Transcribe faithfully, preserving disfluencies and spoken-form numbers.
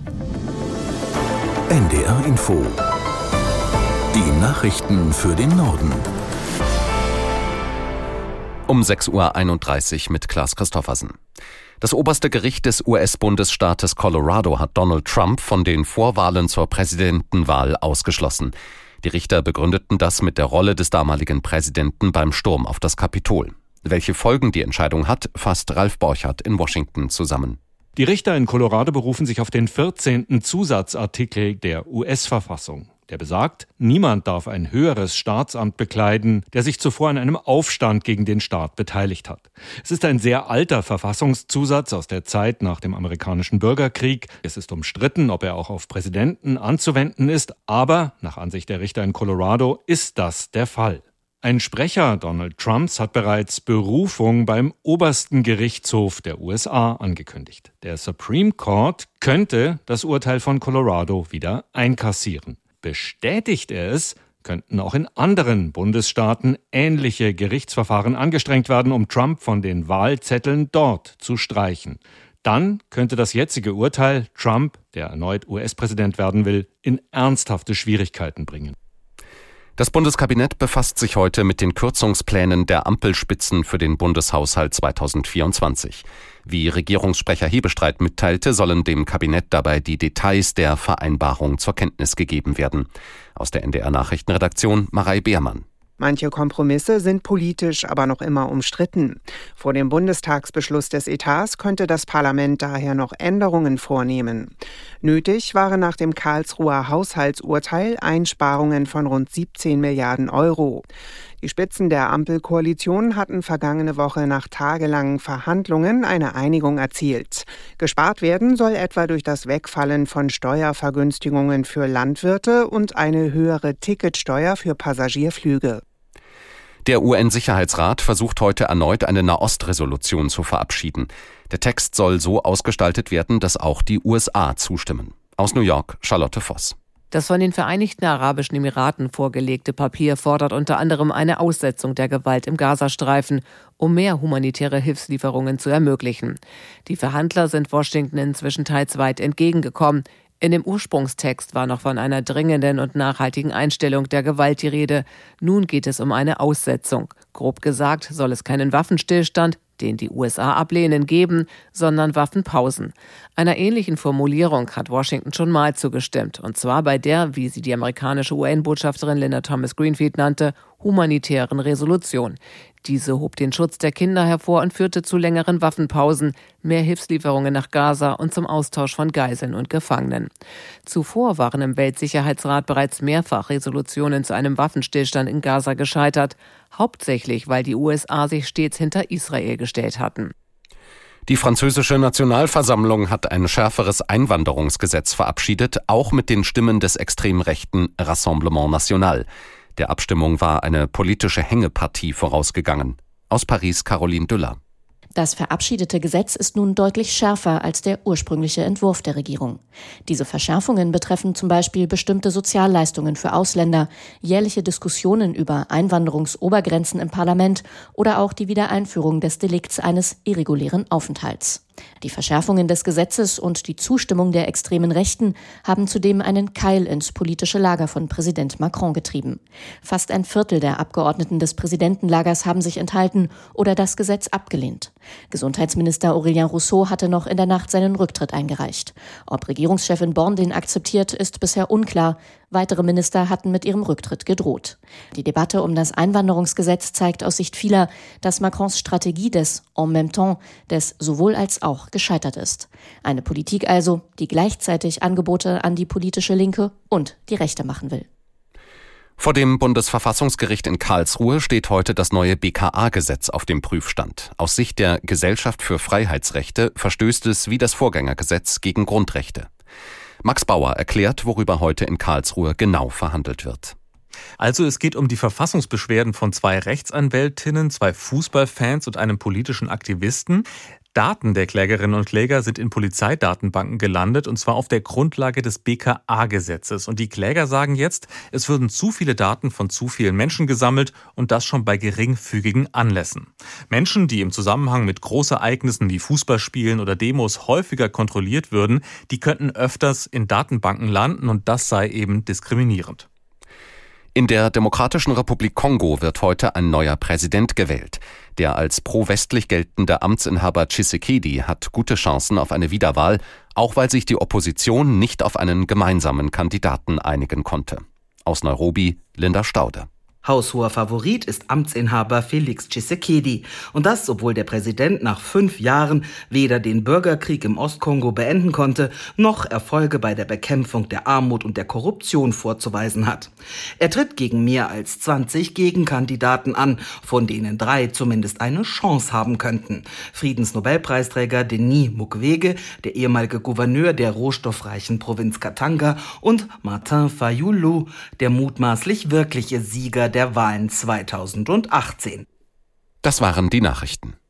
N D R Info. Die Nachrichten für den Norden. Um sechs Uhr einunddreißig mit Klaas Christoffersen. Das oberste Gericht des U S-Bundesstaates Colorado hat Donald Trump von den Vorwahlen zur Präsidentenwahl ausgeschlossen. Die Richter begründeten das mit der Rolle des damaligen Präsidenten beim Sturm auf das Kapitol. Welche Folgen die Entscheidung hat, fasst Ralf Borchardt in Washington zusammen. Die Richter in Colorado berufen sich auf den vierzehnten Zusatzartikel der U S-Verfassung. Der besagt, niemand darf ein höheres Staatsamt bekleiden, der sich zuvor an einem Aufstand gegen den Staat beteiligt hat. Es ist ein sehr alter Verfassungszusatz aus der Zeit nach dem amerikanischen Bürgerkrieg. Es ist umstritten, ob er auch auf Präsidenten anzuwenden ist, aber nach Ansicht der Richter in Colorado ist das der Fall. Ein Sprecher Donald Trumps hat bereits Berufung beim obersten Gerichtshof der U S A angekündigt. Der Supreme Court könnte das Urteil von Colorado wieder einkassieren. Bestätigt er es, könnten auch in anderen Bundesstaaten ähnliche Gerichtsverfahren angestrengt werden, um Trump von den Wahlzetteln dort zu streichen. Dann könnte das jetzige Urteil Trump, der erneut U S-Präsident werden will, in ernsthafte Schwierigkeiten bringen. Das Bundeskabinett befasst sich heute mit den Kürzungsplänen der Ampelspitzen für den Bundeshaushalt zweitausendvierundzwanzig. Wie Regierungssprecher Hebestreit mitteilte, sollen dem Kabinett dabei die Details der Vereinbarung zur Kenntnis gegeben werden. Aus der N D R-Nachrichtenredaktion Marei Beermann. Manche Kompromisse sind politisch aber noch immer umstritten. Vor dem Bundestagsbeschluss des Etats könnte das Parlament daher noch Änderungen vornehmen. Nötig waren nach dem Karlsruher Haushaltsurteil Einsparungen von rund siebzehn Milliarden Euro. Die Spitzen der Ampelkoalition hatten vergangene Woche nach tagelangen Verhandlungen eine Einigung erzielt. Gespart werden soll etwa durch das Wegfallen von Steuervergünstigungen für Landwirte und eine höhere Ticketsteuer für Passagierflüge. Der U N-Sicherheitsrat versucht heute erneut eine Nahost-Resolution zu verabschieden. Der Text soll so ausgestaltet werden, dass auch die U S A zustimmen. Aus New York, Charlotte Voss. Das von den Vereinigten Arabischen Emiraten vorgelegte Papier fordert unter anderem eine Aussetzung der Gewalt im Gazastreifen, um mehr humanitäre Hilfslieferungen zu ermöglichen. Die Verhandler sind Washington inzwischen teils weit entgegengekommen. In dem Ursprungstext war noch von einer dringenden und nachhaltigen Einstellung der Gewalt die Rede. Nun geht es um eine Aussetzung. Grob gesagt soll es keinen Waffenstillstand, den die U S A ablehnen, geben, sondern Waffenpausen. Einer ähnlichen Formulierung hat Washington schon mal zugestimmt, und zwar bei der, wie sie die amerikanische U N-Botschafterin Linda Thomas-Greenfield nannte, humanitären Resolution. Diese hob den Schutz der Kinder hervor und führte zu längeren Waffenpausen, mehr Hilfslieferungen nach Gaza und zum Austausch von Geiseln und Gefangenen. Zuvor waren im Weltsicherheitsrat bereits mehrfach Resolutionen zu einem Waffenstillstand in Gaza gescheitert, hauptsächlich weil die U S A sich stets hinter Israel gestellt hatten. Die französische Nationalversammlung hat ein schärferes Einwanderungsgesetz verabschiedet, auch mit den Stimmen des extrem rechten Rassemblement National. Der Abstimmung war eine politische Hängepartie vorausgegangen. Aus Paris Caroline Düller. Das verabschiedete Gesetz ist nun deutlich schärfer als der ursprüngliche Entwurf der Regierung. Diese Verschärfungen betreffen zum Beispiel bestimmte Sozialleistungen für Ausländer, jährliche Diskussionen über Einwanderungsobergrenzen im Parlament oder auch die Wiedereinführung des Delikts eines irregulären Aufenthalts. Die Verschärfungen des Gesetzes und die Zustimmung der extremen Rechten haben zudem einen Keil ins politische Lager von Präsident Macron getrieben. Fast ein Viertel der Abgeordneten des Präsidentenlagers haben sich enthalten oder das Gesetz abgelehnt. Gesundheitsminister Aurélien Rousseau hatte noch in der Nacht seinen Rücktritt eingereicht. Ob Regierungschefin Born den akzeptiert, ist bisher unklar. Weitere Minister hatten mit ihrem Rücktritt gedroht. Die Debatte um das Einwanderungsgesetz zeigt aus Sicht vieler, dass Macrons Strategie des en même temps, des sowohl als auch gescheitert ist. Eine Politik also, die gleichzeitig Angebote an die politische Linke und die Rechte machen will. Vor dem Bundesverfassungsgericht in Karlsruhe steht heute das neue B K A-Gesetz auf dem Prüfstand. Aus Sicht der Gesellschaft für Freiheitsrechte verstößt es wie das Vorgängergesetz gegen Grundrechte. Max Bauer erklärt, worüber heute in Karlsruhe genau verhandelt wird. Also es geht um die Verfassungsbeschwerden von zwei Rechtsanwältinnen, zwei Fußballfans und einem politischen Aktivisten. Daten der Klägerinnen und Kläger sind in Polizeidatenbanken gelandet, und zwar auf der Grundlage des B K A-Gesetzes. Und die Kläger sagen jetzt, es würden zu viele Daten von zu vielen Menschen gesammelt und das schon bei geringfügigen Anlässen. Menschen, die im Zusammenhang mit Großereignissen wie Fußballspielen oder Demos häufiger kontrolliert würden, die könnten öfters in Datenbanken landen und das sei eben diskriminierend. In der Demokratischen Republik Kongo wird heute ein neuer Präsident gewählt. Der als pro-westlich geltende Amtsinhaber Tshisekedi hat gute Chancen auf eine Wiederwahl, auch weil sich die Opposition nicht auf einen gemeinsamen Kandidaten einigen konnte. Aus Nairobi, Linda Staude. Haushoher Favorit ist Amtsinhaber Felix Tshisekedi. Und das, obwohl der Präsident nach fünf Jahren weder den Bürgerkrieg im Ostkongo beenden konnte, noch Erfolge bei der Bekämpfung der Armut und der Korruption vorzuweisen hat. Er tritt gegen mehr als zwanzig Gegenkandidaten an, von denen drei zumindest eine Chance haben könnten. Friedensnobelpreisträger Denis Mukwege, der ehemalige Gouverneur der rohstoffreichen Provinz Katanga, und Martin Fayulu, der mutmaßlich wirkliche Sieger der Wahlen zweitausendachtzehn. Das waren die Nachrichten.